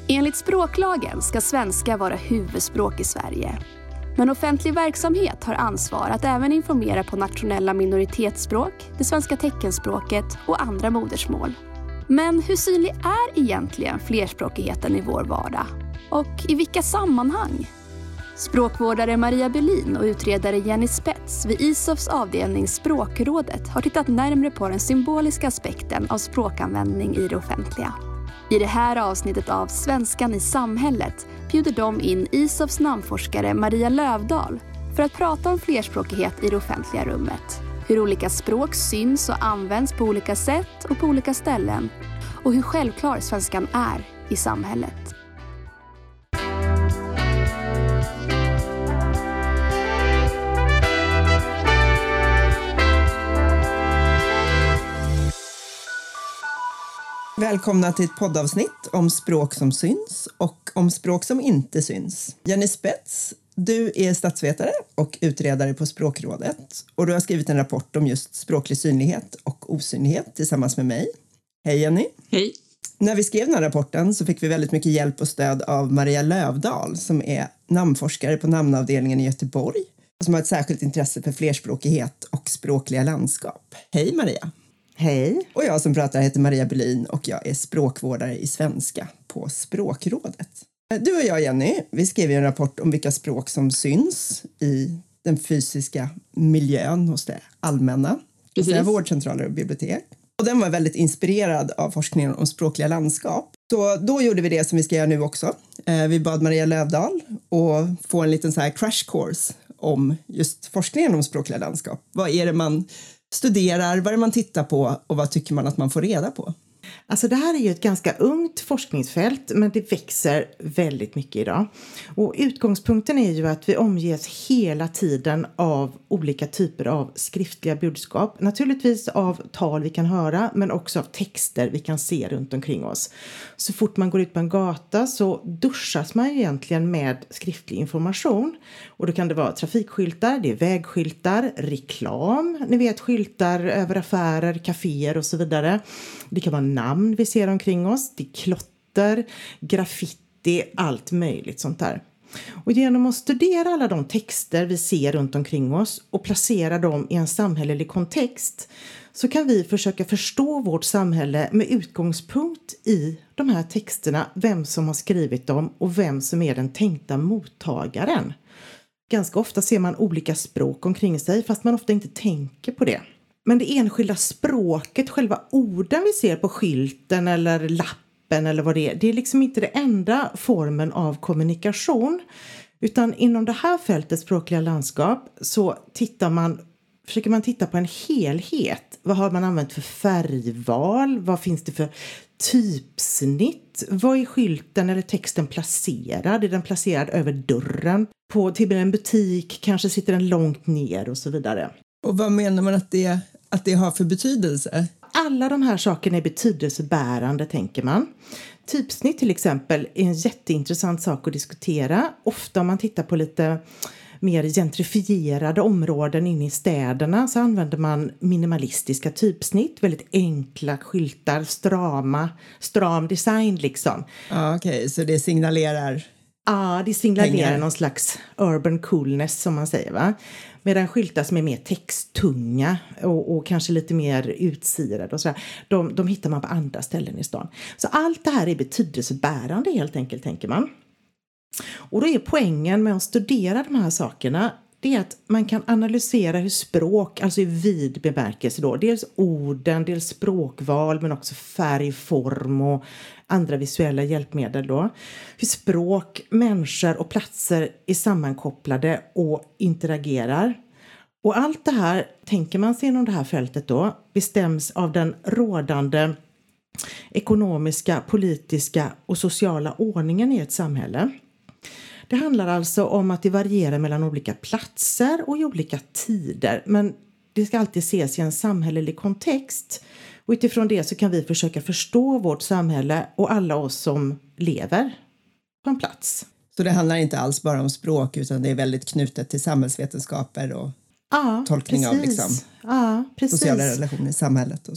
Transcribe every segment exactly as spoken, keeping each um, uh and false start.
Enligt språklagen ska svenska vara huvudspråk i Sverige. Men offentlig verksamhet har ansvar att även informera på nationella minoritetsspråk, det svenska teckenspråket och andra modersmål. Men hur synlig är egentligen flerspråkigheten i vår vardag? Och i vilka sammanhang? Språkvårdare Maria Bylin och utredare Jenny Spets vid I S O Fs avdelning Språkrådet har tittat närmare på den symboliska aspekten av språkanvändning i det offentliga. I det här avsnittet av Svenskan i samhället bjuder de in I S O Fs namnforskare Maria Lövdahl för att prata om flerspråkighet i det offentliga rummet. Hur olika språk syns och används på olika sätt och på olika ställen. Och hur självklar svenskan är i samhället. Välkomna till ett poddavsnitt om språk som syns och om språk som inte syns. Jenny Spets, du är statsvetare och utredare på Språkrådet och du har skrivit en rapport om just språklig synlighet och osynlighet tillsammans med mig. Hej Jenny! Hej! När vi skrev den här rapporten så fick vi väldigt mycket hjälp och stöd av Maria Lövdahl som är namnforskare på namnavdelningen i Göteborg och som har ett särskilt intresse för flerspråkighet och språkliga landskap. Hej Maria! Hej. Och jag som pratar heter Maria Bylin och jag är språkvårdare i svenska på Språkrådet. Du och jag, Jenny, vi skrev en rapport om vilka språk som syns i den fysiska miljön hos det allmänna. Precis. Vårdcentraler och bibliotek. Och den var väldigt inspirerad av forskningen om språkliga landskap. Så då gjorde vi det som vi ska göra nu också. Vi bad Maria Lövdahl att få en liten så här crash course om just forskningen om språkliga landskap. Vad är det man studerar, vad är det man tittar på och vad tycker man att man får reda på? Alltså det här är ju ett ganska ungt forskningsfält men det växer väldigt mycket idag. Och utgångspunkten är ju att vi omges hela tiden av olika typer av skriftliga budskap. Naturligtvis av tal vi kan höra men också av texter vi kan se runt omkring oss. Så fort man går ut på en gata så duschas man ju egentligen med skriftlig information. Och då kan det vara trafikskyltar, det är vägskyltar, reklam, ni vet skyltar över affärer, kaféer och så vidare. Det kan vara namn vi ser omkring oss, det är klotter, graffiti, allt möjligt sånt där. Och genom att studera alla de texter vi ser runt omkring oss och placera dem i en samhällelig kontext så kan vi försöka förstå vårt samhälle med utgångspunkt i de här texterna, vem som har skrivit dem och vem som är den tänkta mottagaren. Ganska ofta ser man olika språk omkring sig fast man ofta inte tänker på det. Men det enskilda språket, själva orden vi ser på skylten eller lappen eller vad det är, det är liksom inte det enda formen av kommunikation. Utan inom det här fältet språkliga landskap så tittar man, försöker man titta på en helhet. Vad har man använt för färgval? Vad finns det för typsnitt? Vad är skylten eller texten placerad? Är den placerad över dörren? På till en butik kanske sitter den långt ner och så vidare. Och vad menar man att det, att det har för betydelse? Alla de här sakerna är betydelsebärande, tänker man. Typsnitt till exempel är en jätteintressant sak att diskutera. Ofta om man tittar på lite mer gentrifierade områden inne i städerna så använder man minimalistiska typsnitt. Väldigt enkla skyltar, strama, stram design liksom. Ja, okej, okay. Så det signalerar... Ja, det signalerar pengar. Någon slags urban coolness som man säger, va? Medan skyltar som är mer texttunga och, och kanske lite mer utsirade och sådär, de, de hittar man på andra ställen i stan. Så allt det här är betydelsebärande helt enkelt, tänker man. Och då är poängen med att studera de här sakerna, det är att man kan analysera hur språk, alltså i vid bemärkelse då, dels orden, dels språkval men också färg, form och andra visuella hjälpmedel då. Hur språk, människor och platser är sammankopplade och interagerar. Och allt det här, tänker man sig inom det här fältet då, bestäms av den rådande ekonomiska, politiska och sociala ordningen i ett samhälle. Det handlar alltså om att det varierar mellan olika platser och i olika tider. Men det ska alltid ses i en samhällelig kontext. Och utifrån det så kan vi försöka förstå vårt samhälle och alla oss som lever på en plats. Så det handlar inte alls bara om språk utan det är väldigt knutet till samhällsvetenskaper och ja, tolkning precis. av liksom, ja, precis. sociala relationer i samhället och så.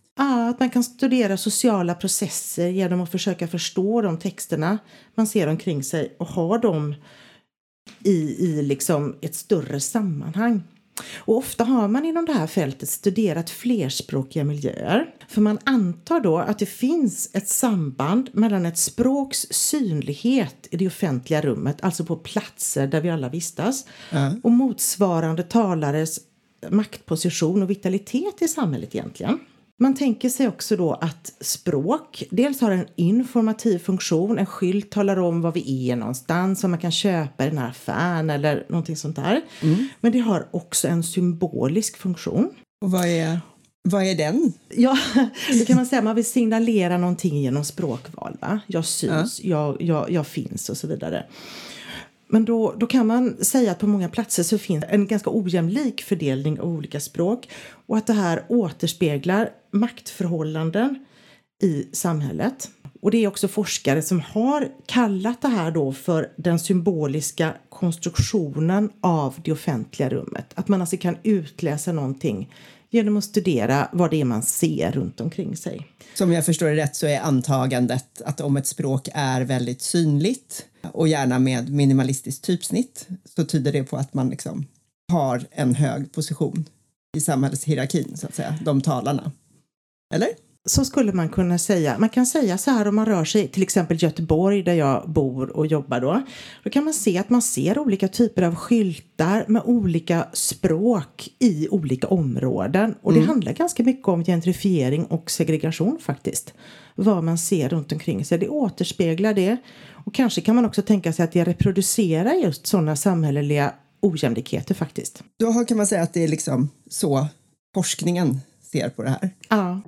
Ja, att man kan studera sociala processer genom att försöka förstå de texterna man ser omkring sig och ha dem i, i liksom ett större sammanhang. Och ofta har man inom det här fältet studerat flerspråkiga miljöer. För man antar då att det finns ett samband mellan ett språks synlighet i det offentliga rummet, alltså på platser där vi alla vistas, mm. och motsvarande talares maktposition och vitalitet i samhället egentligen. Man tänker sig också då att språk dels har en informativ funktion. En skylt talar om var vi är någonstans, vad man kan köpa i den här affären eller någonting sånt där. Mm. Men det har också en symbolisk funktion. Och vad är, vad är den? Ja, då kan man säga att man vill signalera någonting genom språkval. Va? Jag syns, ja. jag, jag, jag finns och så vidare. Men då, då kan man säga att på många platser så finns en ganska ojämlik fördelning av olika språk. Och att det här återspeglar maktförhållanden i samhället. Och det är också forskare som har kallat det här då för den symboliska konstruktionen av det offentliga rummet. Att man alltså kan utläsa någonting genom att studera vad det är man ser runt omkring sig. Som jag förstår det rätt så är antagandet att om ett språk är väldigt synligt och gärna med minimalistiskt typsnitt så tyder det på att man liksom har en hög position i samhällshierarkin så att säga, de talarna. Eller? Så skulle man kunna säga. Man kan säga så här om man rör sig till exempel Göteborg där jag bor och jobbar då. Då kan man se att man ser olika typer av skyltar med olika språk i olika områden. Och det mm. handlar ganska mycket om gentrifiering och segregation faktiskt. Vad man ser runt omkring sig. Det återspeglar det. Och kanske kan man också tänka sig att det reproducerar just sådana samhälleliga ojämlikheter faktiskt. Då kan man säga att det är liksom så forskningen ser på det här. Ja.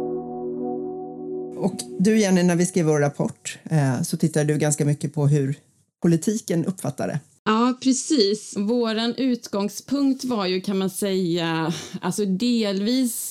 Och du Jenny, när vi skrev vår rapport eh, så tittar du ganska mycket på hur politiken uppfattar det. Ja, precis. Våran utgångspunkt var ju, kan man säga, alltså delvis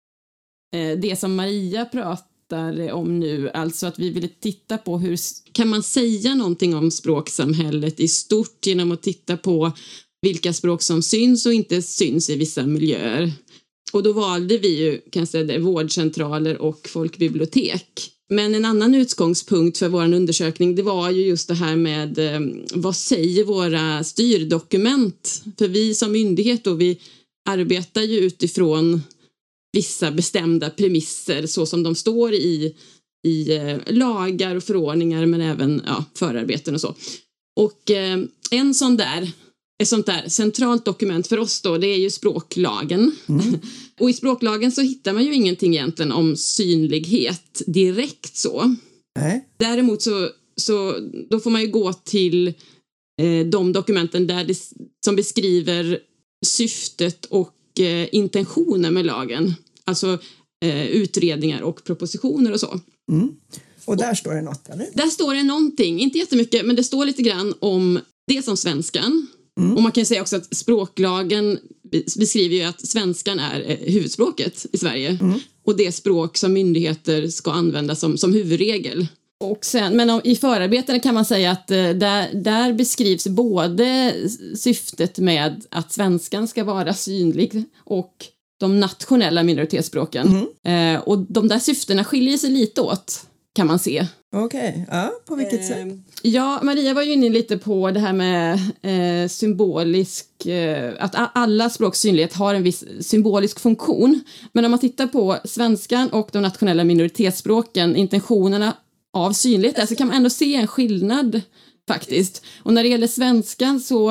eh, det som Maria pratar om nu, alltså att vi ville titta på hur kan man säga någonting om språksamhället i stort genom att titta på vilka språk som syns och inte syns i vissa miljöer. Och då valde vi ju kan jag säga det, vårdcentraler och folkbibliotek. Men en annan utgångspunkt för vår undersökning det var ju just det här med eh, vad säger våra styrdokument? För vi som myndighet då, vi arbetar ju utifrån vissa bestämda premisser så som de står i, i eh, lagar och förordningar men även ja, förarbeten och så. Och eh, en sån där Ett sånt där centralt dokument för oss då, det är ju språklagen. Mm. Och i språklagen så hittar man ju ingenting egentligen om synlighet direkt så. Nej. Däremot så, så då får man ju gå till eh, de dokumenten där det, som beskriver syftet och eh, intentionen med lagen. Alltså eh, utredningar och propositioner och så. Mm. Och där och, står det något, eller? Där står det någonting, inte jättemycket, men det står lite grann om det som svenskan. Mm. Och man kan säga också att språklagen beskriver ju att svenskan är huvudspråket i Sverige. Mm. Och det språk som myndigheter ska använda som, som huvudregel. Och sen, men i förarbeten kan man säga att där, där beskrivs både syftet med att svenskan ska vara synlig och de nationella minoritetsspråken. Mm. Eh, och de där syftena skiljer sig lite åt, kan man se. Okej, okay. Ja, på vilket eh, sätt? Ja, Maria var ju inne lite på det här med eh, symbolisk, eh, att alla språks synlighet har en viss symbolisk funktion. Men om man tittar på svenskan och de nationella minoritetsspråken, intentionerna av synlighet, där, så kan man ändå se en skillnad faktiskt. Och när det gäller svenskan så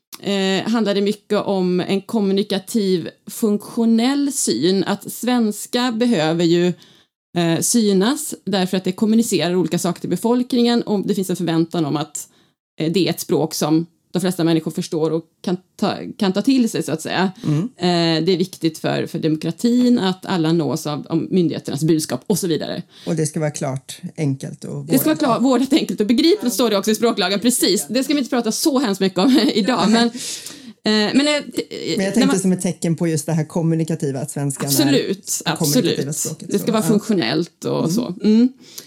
eh, handlar det mycket om en kommunikativ funktionell syn. Att svenska behöver ju Eh, synas därför att det kommunicerar olika saker till befolkningen och det finns en förväntan om att eh, det är ett språk som de flesta människor förstår och kan ta, kan ta till sig så att säga. Mm. Eh, det är viktigt för, för demokratin att alla nås av, av myndigheternas budskap och så vidare. Och det ska vara klart, enkelt och vårdat. Det ska vara klart, vårdat, enkelt och begripligt, står det också i språklagen, precis. Det ska vi inte prata så hemskt mycket om idag, men Men, men jag tänkte man, som ett tecken på just det här kommunikativa, att svenskan absolut, är absolut. Språket, det ska vara ja. funktionellt och mm. så. Mm.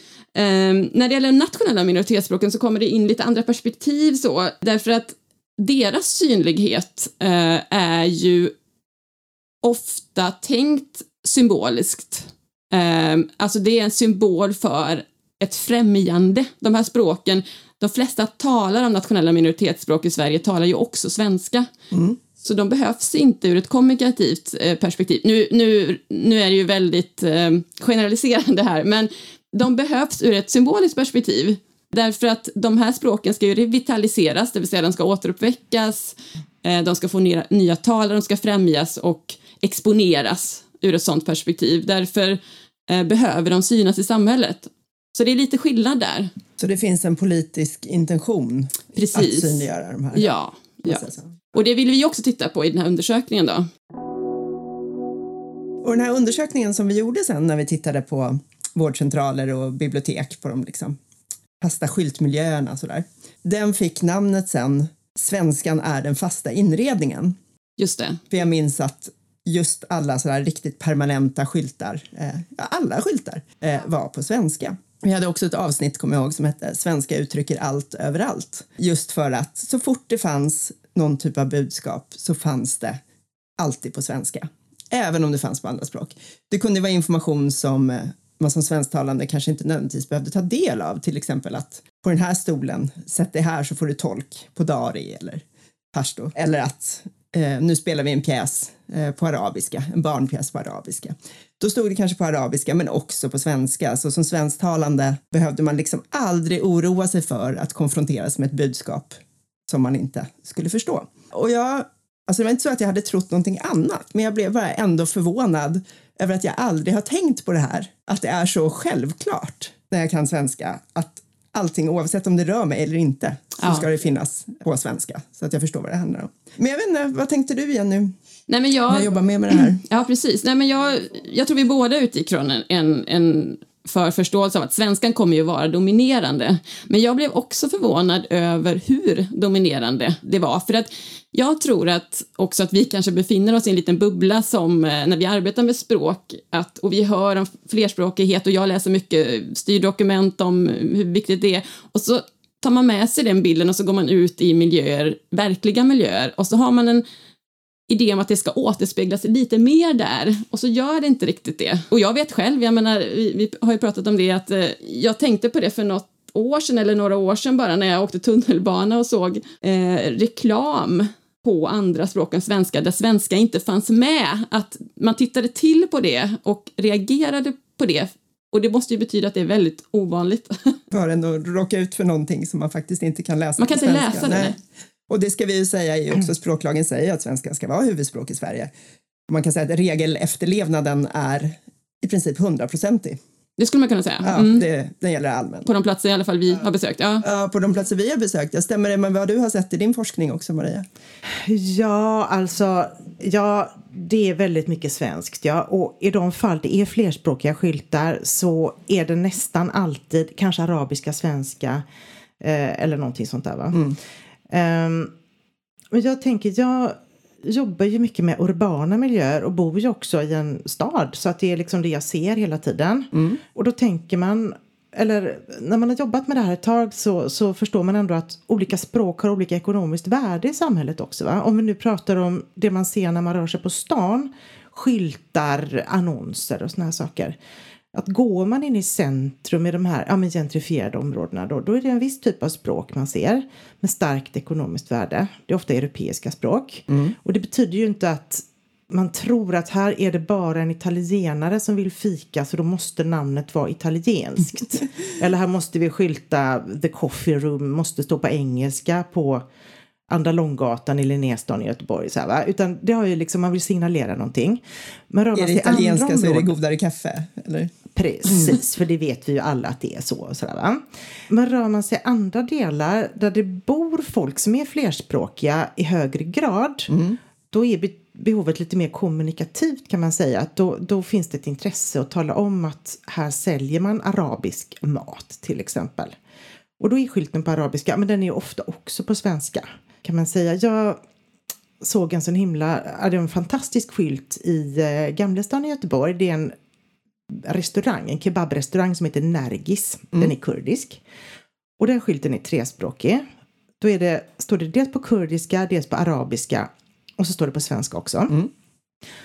Um, när det gäller nationella minoritetsspråken så kommer det in lite andra perspektiv så, därför att deras synlighet uh, är ju ofta tänkt symboliskt. Eh, alltså det är en symbol för ett främjande. De här språken, de flesta talar om nationella minoritetsspråk i Sverige talar ju också svenska. Mm. Så de behövs inte ur ett kommunikativt eh, perspektiv. Nu, nu, nu är det ju väldigt eh, generaliserande här, men de behövs ur ett symboliskt perspektiv. Därför att de här språken ska ju revitaliseras, det vill säga de ska återuppväckas, eh, de ska få nya, nya talare, de ska främjas och exponeras ur ett sådant perspektiv. Därför eh, behöver de synas i samhället. Så det är lite skillnad där. Så det finns en politisk intention Precis. Att synliggöra de här? Ja, ja. Och det vill vi också titta på i den här undersökningen då. Och den här undersökningen som vi gjorde sen när vi tittade på vårdcentraler och bibliotek på de liksom fasta skyltmiljöerna sådär. Den fick namnet sen Svenskan är den fasta inredningen. Just det. För jag minns att just alla sådär riktigt permanenta skyltar, eh, alla skyltar eh, var på svenska. Vi hade också ett avsnitt, kommer jag ihåg, som hette Svenska uttrycker allt överallt. Just för att så fort det fanns någon typ av budskap så fanns det alltid på svenska. Även om det fanns på andra språk. Det kunde vara information som eh, man som svensktalande kanske inte nödvändigtvis behövde ta del av. Till exempel att på den här stolen, sätt dig här så får du tolk på dari eller pashto. Eller att eh, nu spelar vi en pjäs eh, på arabiska, en barnpjäs på arabiska. Då stod det kanske på arabiska men också på svenska. Så som svensktalande behövde man liksom aldrig oroa sig för att konfronteras med ett budskap som man inte skulle förstå. Och jag, alltså det var inte så att jag hade trott någonting annat, men jag blev bara ändå förvånad över att jag aldrig har tänkt på det här. Att det är så självklart när jag kan svenska att allting, oavsett om det rör mig eller inte, så ja. Ska det finnas på svenska. Så att jag förstår vad det handlar om. Men jag vet inte, vad tänkte du igen nu? Nej, men jag, jag jobbar med med det här. Ja, precis. Nej, men jag, jag tror vi båda utgick från en, en, en för förståelse av att svenskan kommer ju vara dominerande. Men jag blev också förvånad över hur dominerande det var. För att jag tror att också att vi kanske befinner oss i en liten bubbla som när vi arbetar med språk. Att, och vi hör om flerspråkighet och jag läser mycket styrdokument om hur viktigt det är. Och så tar man med sig den bilden och så går man ut i miljöer, verkliga miljöer. Och så har man en idé om att det ska återspeglas lite mer där. Och så gör det inte riktigt det. Och jag vet själv, jag menar, vi, vi har ju pratat om det, att eh, jag tänkte på det för något år sedan eller några år sedan bara när jag åkte tunnelbana och såg eh, reklam på andra språk än svenska där svenska inte fanns med. Att man tittade till på det och reagerade på det. Och det måste ju betyda att det är väldigt ovanligt. För en att råka ut för någonting som man faktiskt inte kan läsa. Man kan på inte svenska. läsa det. Nej. Och det ska vi ju säga i också språklagen säger att svenska ska vara huvudspråk i Sverige. Man kan säga att regelefterlevnaden är i princip hundraprocentig. Det skulle man kunna säga. Ja, mm. det, det gäller allmänt. På de platser i alla fall vi har besökt. Ja, ja på de platser vi har besökt. Jag stämmer det med vad du har sett i din forskning också, Maria? Ja, alltså, ja, det är väldigt mycket svenskt. Ja. Och i de fall det är flerspråkiga skyltar så är det nästan alltid kanske arabiska, svenska eh, eller någonting sånt där, va? Mm. Um, men jag tänker, jag jobbar ju mycket med urbana miljöer och bor ju också i en stad, så att det är liksom det jag ser hela tiden. Mm. Och då tänker man, eller när man har jobbat med det här ett tag så, så förstår man ändå att olika språk har olika ekonomiskt värde i samhället också, va? Om vi nu pratar om det man ser när man rör sig på stan, skyltar, annonser och såna här saker. Att går man in i centrum i de här ja, men gentrifierade områdena då, då är det en viss typ av språk man ser med starkt ekonomiskt värde. Det är ofta europeiska språk. Mm. Och det betyder ju inte att man tror att här är det bara en italienare som vill fika så då måste namnet vara italienskt. Eller här måste vi skylta the coffee room måste stå på engelska på Andra Långgatan i Linnéstan i Göteborg. Så här, va? Utan det har ju liksom, man vill signalera någonting. Men rör man är det italienska så är det godare kaffe? Eller? Precis, mm. för det vet vi ju alla att det är så. Så där, va? Men rör man sig andra delar där det bor folk som är flerspråkiga i högre grad, mm. då är behovet lite mer kommunikativt kan man säga. Att då, då finns det ett intresse att tala om att här säljer man arabisk mat till exempel. Och då är skylten på arabiska, men den är ofta också på svenska kan man säga. Jag såg en sån himla, det är en fantastisk skylt i eh, Gamlestan i Göteborg. Det är en restaurang, en kebabrestaurang som heter Nergis. Mm. Den är kurdisk. Och den skylten är trespråkig. Då är det, står det dels på kurdiska, dels på arabiska och så står det på svenska också. Mm.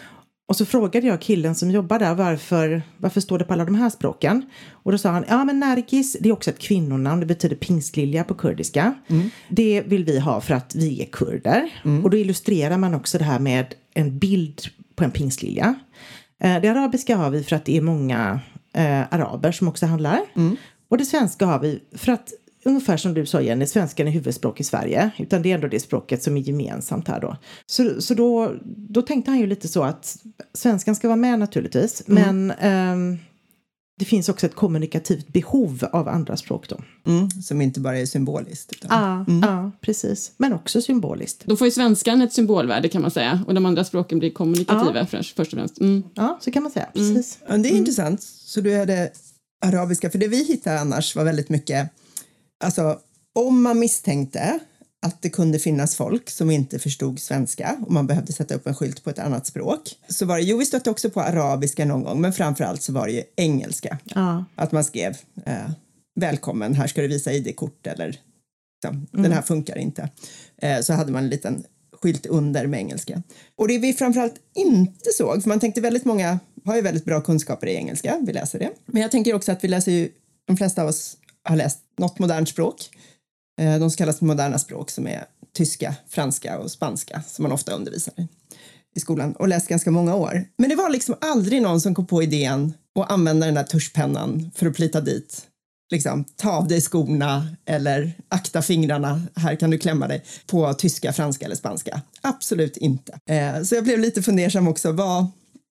Och så frågade jag killen som jobbar där varför, varför står det på alla de här språken? Och då sa han, ja men Nergis, det är också ett kvinnonamn, det betyder pingstlilja på kurdiska. Mm. Det vill vi ha för att vi är kurder. Mm. Och då illustrerar man också det här med en bild på en pingstlilja. Eh, det arabiska har vi för att det är många eh, araber som också handlar. Mm. Och det svenska har vi för att, ungefär som du sa Jenny, svenskan är huvudspråk i Sverige. Utan det är ändå det språket som är gemensamt här då. Så, så då, då tänkte han ju lite så att svenskan ska vara med naturligtvis. Mm. Men eh, det finns också ett kommunikativt behov av andra språk då. Mm, som inte bara är symboliskt. Utan... Ja, mm. ja, precis. Men också symboliskt. Då får ju svenskan ett symbolvärde kan man säga. Och de andra språken blir kommunikativa ja. först, först och främst. Mm. Ja, så kan man säga. Precis. Mm. Ja, det är mm. intressant. Så du hade arabiska. För det vi hittade annars var väldigt mycket... Alltså, om man misstänkte att det kunde finnas folk som inte förstod svenska och man behövde sätta upp en skylt på ett annat språk, så var det, jo vi stötte också på arabiska någon gång, men framförallt så var det ju engelska. Ja. Att man skrev eh, välkommen, här ska du visa I D-kort eller så, mm. den här funkar inte. Eh, så hade man en liten skylt under med engelska. Och det vi framförallt inte såg, för man tänkte väldigt många har ju väldigt bra kunskaper i engelska, vi läser det. Men jag tänker också att vi läser ju, de flesta av oss har läst något modernt språk. De så kallas moderna språk som är tyska, franska och spanska som man ofta undervisar i, i skolan och läst ganska många år. Men det var liksom aldrig någon som kom på idén att använda den där tuschpennan för att plita dit. Liksom, ta av dig skorna eller akta fingrarna, här kan du klämma dig, på tyska, franska eller spanska. Absolut inte. Eh, så jag blev lite fundersam också, vad...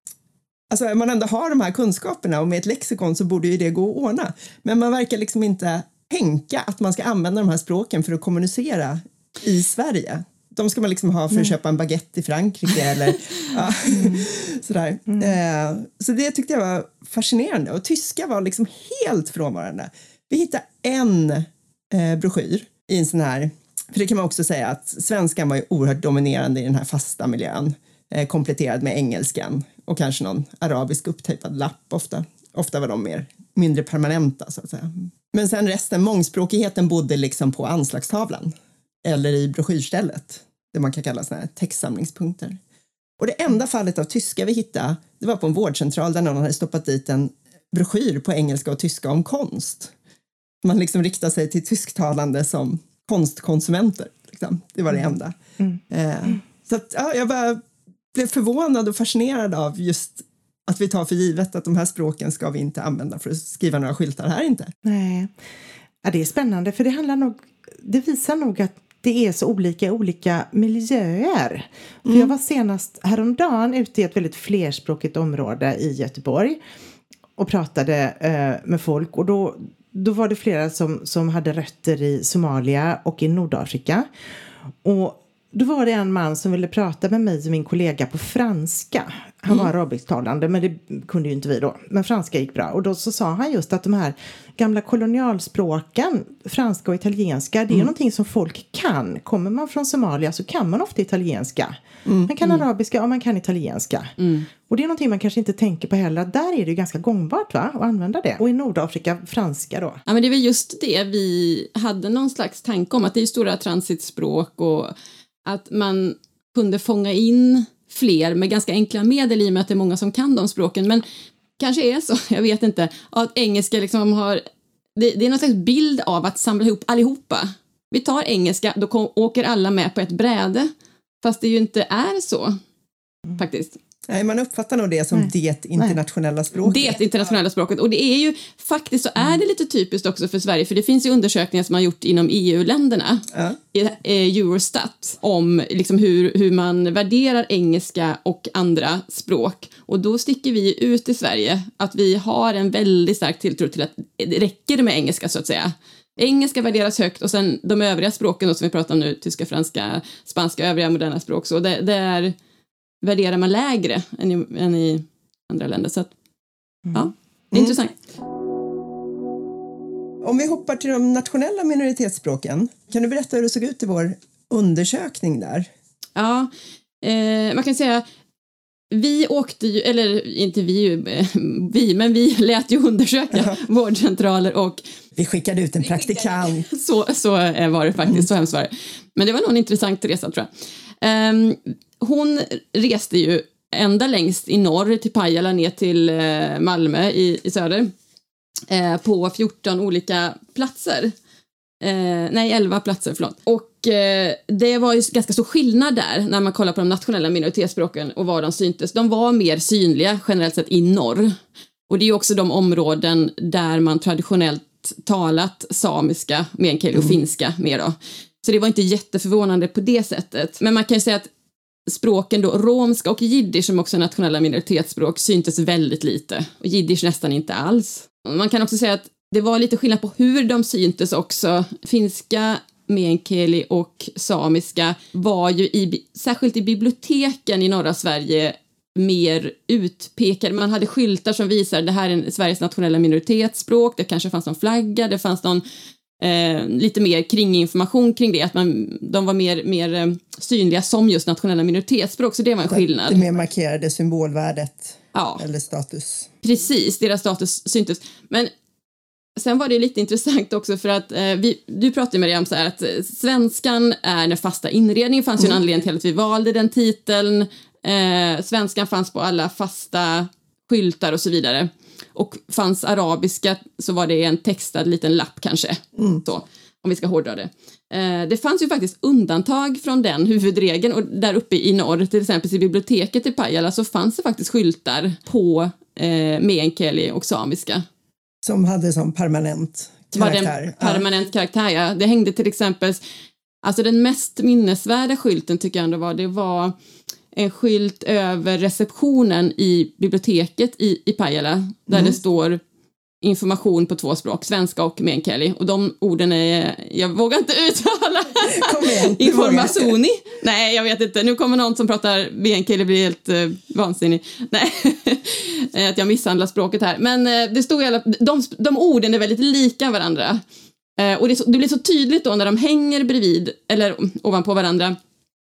Alltså om man ändå har de här kunskaperna och med ett lexikon så borde ju det gå att ordna. Men man verkar liksom inte tänka att man ska använda de här språken för att kommunicera i Sverige. De ska man liksom ha för att mm. köpa en baguette i Frankrike eller ja, mm. sådär. Mm. Eh, så det tyckte jag var fascinerande. Och tyska var liksom helt frånvarande. Vi hittade en eh, broschyr i en sån här, för det kan man också säga att svenskan var ju oerhört dominerande i den här fasta miljön. Eh, kompletterad med engelskan och kanske någon arabisk upptejpad lapp ofta. Ofta var de mer mindre permanenta så att säga. Men sen resten, mångspråkigheten bodde liksom på anslagstavlan eller i broschyrstället. Det man kan kalla såna här textsamlingspunkter. Och det enda fallet av tyska vi hittade, det var på en vårdcentral där någon hade stoppat dit en broschyr på engelska och tyska om konst. Man liksom riktar sig till tysktalande som konstkonsumenter. Liksom. Det var det enda. Mm. Eh, så att, ja, jag bara blev förvånad och fascinerad av just att vi tar för givet att de här språken ska vi inte använda för att skriva några skyltar här inte. Nej, ja, det är spännande för det handlar nog, det visar nog att det är så olika i olika miljöer. Mm. För jag var senast häromdagen ute i ett väldigt flerspråkigt område i Göteborg och pratade eh, med folk och då, då var det flera som, som hade rötter i Somalia och i Nordafrika. Och då var det en man som ville prata med mig och min kollega på franska. Han var mm. arabisktalande, men det kunde ju inte vi då. Men franska gick bra. Och då så sa han just att de här gamla kolonialspråken, franska och italienska, det är mm. någonting som folk kan. Kommer man från Somalia så kan man ofta italienska. Mm. Man kan mm. arabiska och man kan italienska. Mm. Och det är någonting man kanske inte tänker på heller. Där är det ju ganska gångbart va? Att använda det. Och i Nordafrika franska då. Ja men det är väl just det vi hade någon slags tanke om. Att det är stora transitspråk och att man kunde fånga in fler med ganska enkla medel i och med att det är många som kan de språken. Men kanske är så, jag vet inte, att engelska liksom har... Det, det är någon slags bild av att samla ihop allihopa. Vi tar engelska, då kom, åker alla med på ett bräde. Fast det ju inte är så, faktiskt. Nej, man uppfattar nog det som Nej. det internationella språket. Det internationella språket. Och det är ju, faktiskt så är det lite typiskt också för Sverige. För det finns ju undersökningar som man gjort inom E U-länderna. Ja. I Eurostat. Om liksom hur, hur man värderar engelska och andra språk. Och då sticker vi ut i Sverige. Att vi har en väldigt stark tilltro till att det räcker med engelska så att säga. Engelska värderas högt och sen de övriga språken då, som vi pratar om nu. Tyska, franska, spanska, övriga moderna språk. Så det, det är... värderar man lägre än i, än i andra länder. Så att, mm. ja, det är mm. intressant. Om vi hoppar till de nationella minoritetsspråken, kan du berätta hur det såg ut i vår undersökning där? Ja, eh, man kan säga vi åkte ju, eller inte vi, eh, vi men vi lät ju undersöka ja. vårdcentraler och vi skickade ut en praktikant. Så, så var det faktiskt, mm. så hemskt var det. Men det var nog en intressant resa tror jag. Um, hon reste ju ända längst i norr till Pajala ner till eh, Malmö i, i söder eh, på fjorton olika platser. Eh, nej, elva platser, förlåt. Och eh, det var ju ganska stor skillnad där när man kollar på de nationella minoritetsspråken och var de syntes. De var mer synliga generellt sett i norr. Och det är ju också de områden där man traditionellt talat samiska, meänkieli och mm. finska mer då. Så det var inte jätteförvånande på det sättet. Men man kan ju säga att språken då, romska och jiddisch som också är nationella minoritetsspråk, syntes väldigt lite. Och jiddisch nästan inte alls. Man kan också säga att det var lite skillnad på hur de syntes också. Finska, meänkieli och samiska var ju i, särskilt i biblioteken i norra Sverige mer utpekade. Man hade skyltar som visar det här är Sveriges nationella minoritetsspråk. Det kanske fanns någon flagga, det fanns någon eh, lite mer kringinformation kring det. Att man, de var mer, mer eh, synliga som just nationella minoritetsspråk, så det var en skillnad. Det mer markerade symbolvärdet, ja. Eller status. Precis, deras status syntes. Men sen var det lite intressant också för att eh, vi, du pratade med Mariam så här att eh, svenskan är den fasta inredningen. Fanns ju en anledning till att vi valde den titeln. Eh, svenskan fanns på alla fasta skyltar och så vidare. Och fanns arabiska så var det en textad liten lapp kanske. Mm. Så, om vi ska hårdra det. Eh, det fanns ju faktiskt undantag från den huvudregeln. Och där uppe i norr, till exempel i biblioteket i Pajala, så fanns det faktiskt skyltar på eh, meänkieli och samiska. Som hade som permanent karaktär. Var det permanent ja. karaktär, ja. Det hängde till exempel, alltså den mest minnesvärda skylten tycker jag ändå var, det var en skylt över receptionen i biblioteket i, i Pajala. Där mm. det står information på två språk, svenska och meänkieli. Och de orden är, jag vågar inte uttala. Kom igen, informationi. Nej, jag vet inte. Nu kommer någon som pratar meänkieli blir helt uh, vansinnig. Nej, att jag misshandlar språket här. Men uh, det stod i alla, de, de orden är väldigt lika varandra. Uh, och det, så, det blir så tydligt då när de hänger bredvid eller ovanpå varandra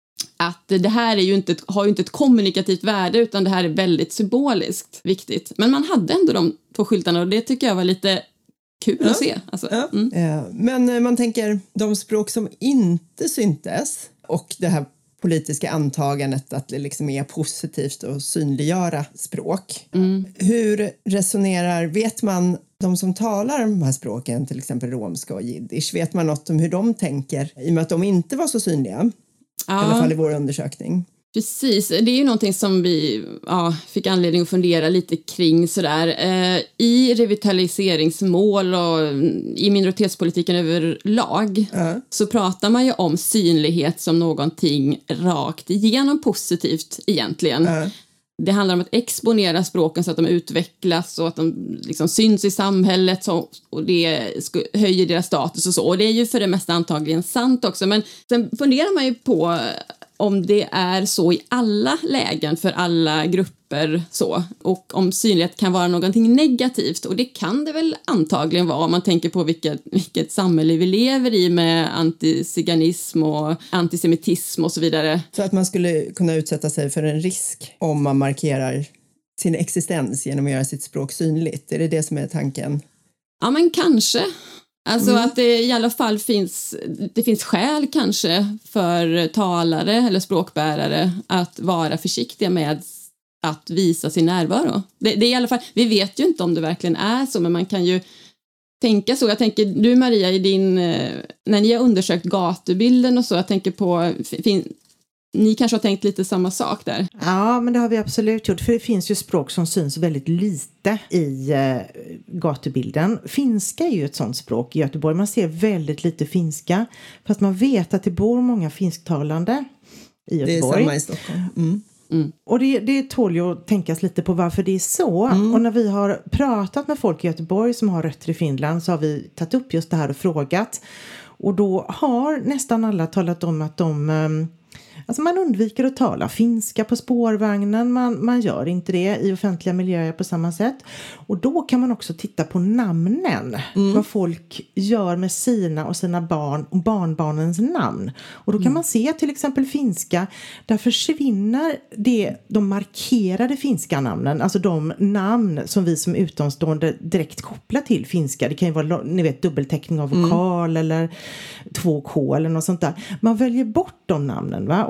att det här är ju inte, har ju inte ett kommunikativt värde utan det här är väldigt symboliskt viktigt. Men man hade ändå de två skyltarna och det tycker jag var lite kul ja. att se. Alltså, ja. mm. ja. Men man tänker de språk som inte syntes och det här politiska antagandet att det liksom är positivt att synliggöra språk. Mm. Hur resonerar, vet man de som talar de här språken, till exempel romska och jiddisch, vet man något om hur de tänker i och med att de inte var så synliga? Ja. I alla fall i vår undersökning. Precis, det är ju någonting som vi ja, fick anledning att fundera lite kring sådär. Eh, I revitaliseringsmål och i minoritetspolitiken överlag uh. så pratar man ju om synlighet som någonting rakt igenom positivt egentligen. Uh. Det handlar om att exponera språken så att de utvecklas och att de liksom syns i samhället så, och det höjer deras status och så. Och det är ju för det mesta antagligen sant också. Men sen funderar man ju på om det är så i alla lägen för alla grupper så. Och om synlighet kan vara någonting negativt. Och det kan det väl antagligen vara om man tänker på vilket, vilket samhälle vi lever i med antiziganism och antisemitism och så vidare. Så att man skulle kunna utsätta sig för en risk om man markerar sin existens genom att göra sitt språk synligt. Är det det som är tanken? Ja, men kanske. Alltså mm. att det i alla fall finns, det finns skäl kanske för talare eller språkbärare att vara försiktiga med att visa sin närvaro. Det, det är i alla fall, vi vet ju inte om det verkligen är så, men man kan ju tänka så. Jag tänker, du Maria, i din, när ni har undersökt gatubilden och så, jag tänker på, fin, ni kanske har tänkt lite samma sak där? Ja, men det har vi absolut gjort. För det finns ju språk som syns väldigt lite i eh, gatubilden. Finska är ju ett sånt språk i Göteborg. Man ser väldigt lite finska. Fast man vet att det bor många finsktalande i Göteborg. Det är samma i Stockholm. Mm. Mm. Och det, det tål ju att tänkas lite på varför det är så. Mm. Och när vi har pratat med folk i Göteborg som har rötter i Finland så har vi tagit upp just det här och frågat. Och då har nästan alla talat om att de... Um, Alltså man undviker att tala finska på spårvagnen, man, man gör inte det i offentliga miljöer på samma sätt. Och då kan man också titta på namnen, mm. vad folk gör med sina och sina barn och barnbarnens namn. Och då kan mm. man se till exempel finska, där försvinner det, de markerade finska namnen, alltså de namn som vi som utomstående direkt kopplar till finska. Det kan ju vara, ni vet, dubbelteckning av vokal mm. eller två K eller något sånt där. Man väljer bort de namnen, va? Och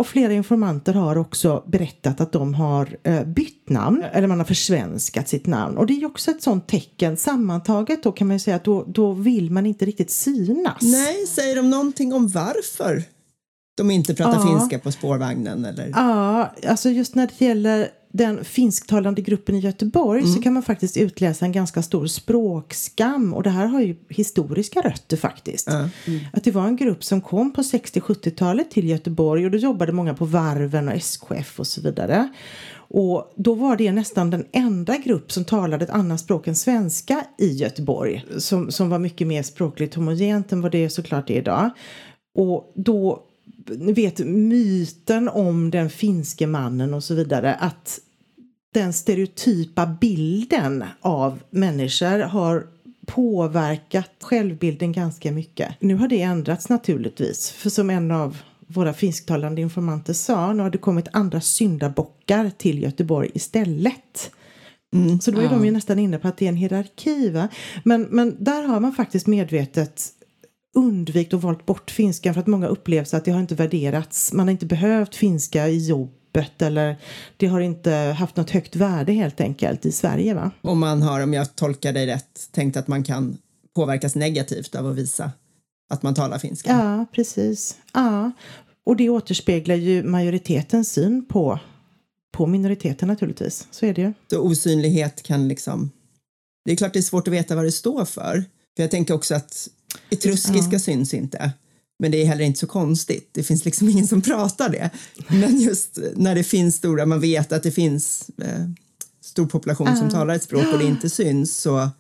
och flera informanter har också berättat att de har eh, bytt namn eller man har försvenskat sitt namn. Och det är ju också ett sånt tecken. Sammantaget då kan man ju säga att då, då vill man inte riktigt synas. Nej, säger de någonting om varför de inte pratar ja. finska på spårvagnen? Eller? Ja, alltså just när det gäller den finsktalande gruppen i Göteborg mm. så kan man faktiskt utläsa en ganska stor språkskam. Och det här har ju historiska rötter faktiskt. Mm. Att det var en grupp som kom på sextio-sjuttiotalet till Göteborg och då jobbade många på varven och S K F och så vidare. Och då var det nästan den enda grupp som talade ett annat språk än svenska i Göteborg. Som, som var mycket mer språkligt homogent än vad det såklart är idag. Och då, ni vet, myten om den finske mannen och så vidare, att den stereotypa bilden av människor har påverkat självbilden ganska mycket. Nu har det ändrats naturligtvis, för som en av våra finsktalande informanter sa, nu har det kommit andra syndabockar till Göteborg istället. Mm. Så då är ja. de ju nästan inne på att det är en hierarki, va? Men, men där har man faktiskt medvetet undvikt och valt bort finskan för att många upplever att det har inte värderats. Man har inte behövt finska i jobbet eller det har inte haft något högt värde helt enkelt i Sverige, va? Och man har, om jag tolkar dig rätt, tänkt att man kan påverkas negativt av att visa att man talar finska. Ja, precis. Ja. Och det återspeglar ju majoritetens syn på, på minoriteten naturligtvis. Så är det ju. Så osynlighet kan liksom... Det är klart det är svårt att veta vad det står för. För jag tänker också att etruskiska ja. syns inte. Men det är heller inte så konstigt. Det finns liksom ingen som pratar det. Men just när det finns stora, man vet att det finns eh, stor population uh. som talar ett språk och det inte syns, så uh.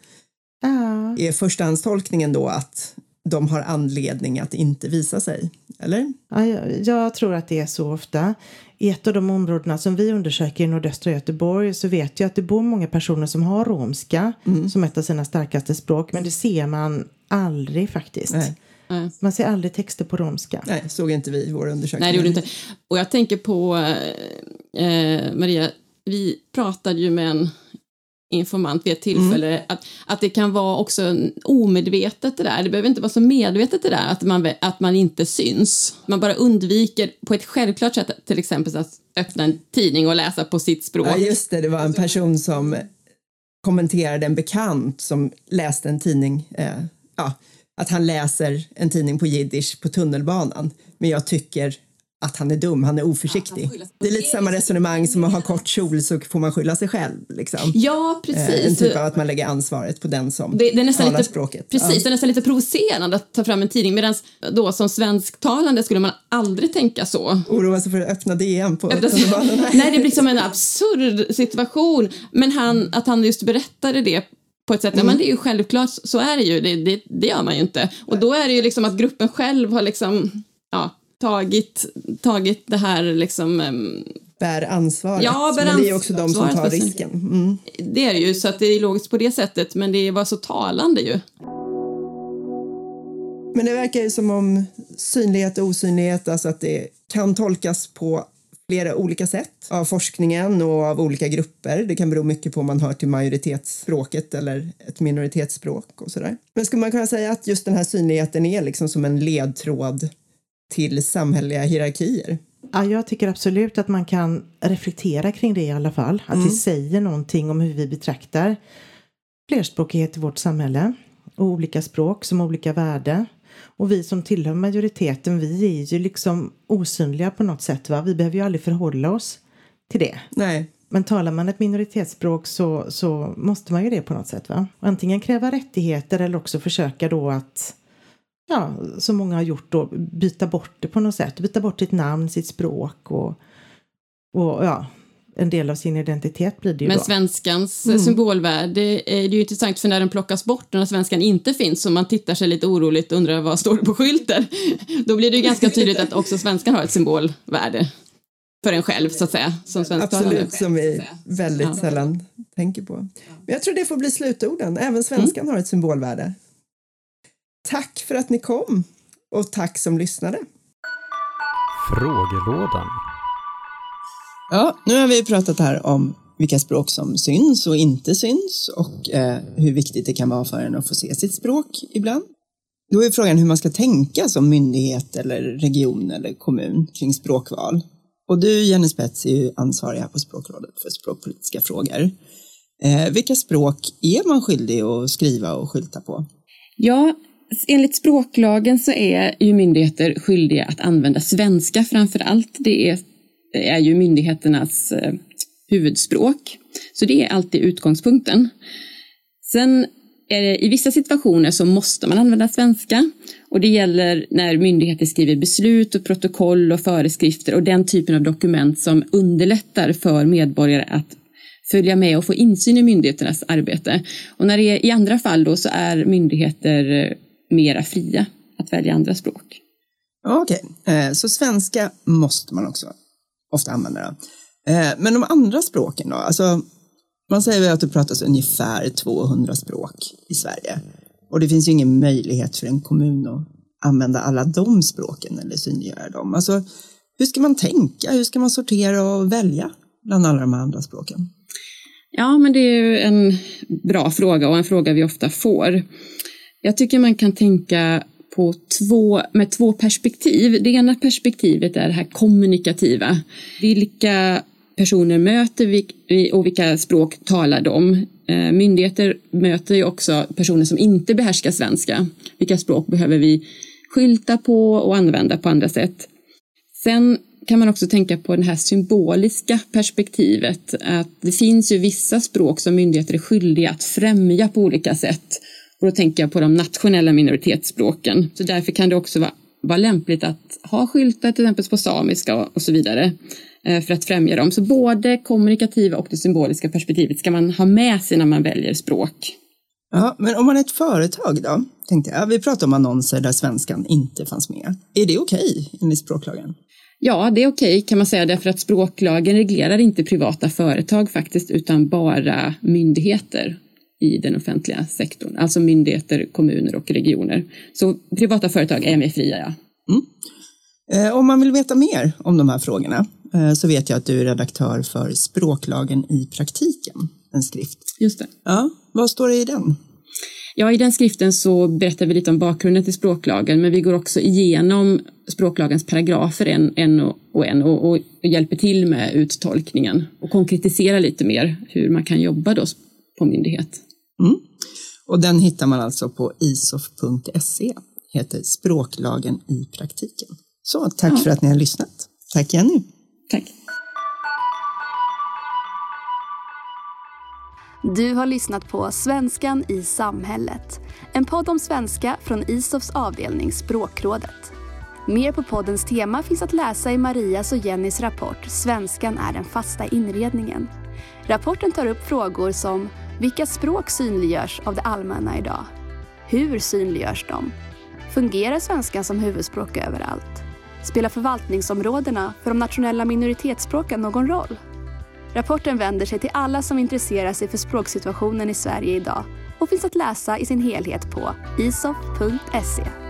är förstahandstolkningen då att de har anledning att inte visa sig, eller? Ja, jag, jag tror att det är så ofta. I ett av de områdena som vi undersöker i nordöstra Göteborg så vet jag att det bor många personer som har romska mm. som ett av sina starkaste språk, men det ser man aldrig faktiskt. Nej. Mm. Man ser aldrig texter på romska. Nej, såg inte vi i vår undersökning. Nej, det gjorde inte. Och jag tänker på eh, Maria, vi pratade ju med en informant vid ett tillfälle mm. att, att det kan vara också omedvetet det där. Det behöver inte vara så medvetet det där att man, att man inte syns. Man bara undviker på ett självklart sätt till exempel att öppna en tidning och läsa på sitt språk. Ja, just det. Det var en person som kommenterade en bekant som läste en tidning. Eh, ja, att han läser en tidning på jiddisch på tunnelbanan. Men jag tycker att han är dum, han är oförsiktig. Ja, han det är lite samma resonemang som att ha kort kjol så får man skylla sig själv. Liksom. Ja, precis. Eh, en typ av att man lägger ansvaret på den som det, det är nästan talar lite, språket. Precis, ja. Det är nästan lite provocerande att ta fram en tidning. Medan då som svensktalande skulle man aldrig tänka så. Oroa sig för att öppna D M på tunnelbanan. Nej, det blir som en absurd situation. Men han, att han just berättade det på ett sätt, mm. ja, men det är ju självklart, så är det ju. Det, det, det gör man ju inte. Och då är det ju liksom att gruppen själv har liksom, ja, tagit, tagit det här liksom... Um, bär ansvaret. Ja, bär men det är också de som tar risken. Mm. Det är det ju, så att det är logiskt på det sättet, men det var så talande ju. Men det verkar ju som om synlighet och osynlighet, alltså att det kan tolkas på flera olika sätt av forskningen och av olika grupper. Det kan bero mycket på om man hör till majoritetsspråket eller ett minoritetsspråk och sådär. Men skulle man kunna säga att just den här synligheten är liksom som en ledtråd till samhälleliga hierarkier? Ja, jag tycker absolut att man kan reflektera kring det i alla fall. Att mm. det säger någonting om hur vi betraktar flerspråkighet i vårt samhälle och olika språk som olika värde. Och vi som tillhör majoriteten, vi är ju liksom osynliga på något sätt, va? Vi behöver ju aldrig förhålla oss till det. Nej. Men talar man ett minoritetsspråk så, så måste man ju det på något sätt, va? Antingen kräva rättigheter eller också försöka då att, ja, som många har gjort då, byta bort det på något sätt. Byta bort sitt namn, sitt språk och, och ja, en del av sin identitet blir det ju. Men då. svenskans mm. symbolvärde är ju intressant, för när den plockas bort, när svenskan inte finns, så man tittar sig lite oroligt och undrar vad står det på skylten. Då blir det ju ganska tydligt att också svenskan har ett symbolvärde för en själv, så att säga. Som absolut, som vi väldigt ja. sällan tänker på. Men jag tror det får bli slutorden. Även svenskan mm. har ett symbolvärde. Tack för att ni kom och tack som lyssnade. Frågelådan. Ja, nu har vi pratat här om vilka språk som syns och inte syns och eh, hur viktigt det kan vara för en att få se sitt språk ibland. Då är frågan hur man ska tänka som myndighet eller region eller kommun kring språkval. Och du, Jenny Spets, är ju ansvarig här på Språkrådet för språkpolitiska frågor. Eh, vilka språk är man skyldig att skriva och skylta på? Ja, enligt språklagen så är ju myndigheter skyldiga att använda svenska framför allt. Det är, är ju myndigheternas eh, huvudspråk. Så det är alltid utgångspunkten. Sen är det, i vissa situationer så måste man använda svenska. Och det gäller när myndigheter skriver beslut och protokoll och föreskrifter och den typen av dokument som underlättar för medborgare att följa med och få insyn i myndigheternas arbete. Och när det är i andra fall då så är myndigheter mera fria att välja andra språk. Okej, okay. Så svenska måste man också ofta använda. Men de andra språken då? Alltså, man säger väl att det pratas ungefär tvåhundra språk i Sverige. Och det finns ju ingen möjlighet för en kommun att använda alla de språken eller synliggöra dem. Alltså, hur ska man tänka? Hur ska man sortera och välja bland alla de andra språken? Ja, men det är ju en bra fråga och en fråga vi ofta får. Jag tycker man kan tänka på två, med två perspektiv. Det ena perspektivet är det här kommunikativa. Vilka personer möter vi och vilka språk talar de? Myndigheter möter ju också personer som inte behärskar svenska. Vilka språk behöver vi skylta på och använda på andra sätt? Sen kan man också tänka på det här symboliska perspektivet. Att det finns ju vissa språk som myndigheter är skyldiga att främja på olika sätt. Och då tänker jag på de nationella minoritetsspråken. Så därför kan det också vara, vara lämpligt att ha skyltar till exempel på samiska och, och så vidare. För att främja dem. Så både kommunikativa och det symboliska perspektivet ska man ha med sig när man väljer språk. Ja, men om man är ett företag då, tänkte jag. Vi pratar om annonser där svenskan inte fanns med. Är det okej enligt språklagen? Ja, det är okej kan man säga därför att språklagen reglerar inte privata företag faktiskt utan bara myndigheter i den offentliga sektorn. Alltså myndigheter, kommuner och regioner. Så privata företag är med fria, ja. Mm. Eh, om man vill veta mer om de här frågorna eh, så vet jag att du är redaktör för Språklagen i praktiken, en skrift. Just det. Ja, vad står det i den? Ja, i den skriften så berättar vi lite om bakgrunden till språklagen men vi går också igenom språklagens paragrafer en, en och en och, och hjälper till med uttolkningen och konkretiserar lite mer hur man kan jobba då på myndighet. Mm. Och den hittar man alltså på isof punkt se, heter Språklagen i praktiken. Så tack ja. för att ni har lyssnat. Tack Jenny. Tack. Du har lyssnat på Svenskan i samhället. En podd om svenska från Isofs avdelning Språkrådet. Mer på poddens tema finns att läsa i Marias och Jennys rapport Svenskan är den fasta inredningen. Rapporten tar upp frågor som vilka språk synliggörs av det allmänna idag? Hur synliggörs de? Fungerar svenskan som huvudspråk överallt? Spelar förvaltningsområdena för de nationella minoritetsspråken någon roll? Rapporten vänder sig till alla som intresserar sig för språksituationen i Sverige idag och finns att läsa i sin helhet på isof punkt se.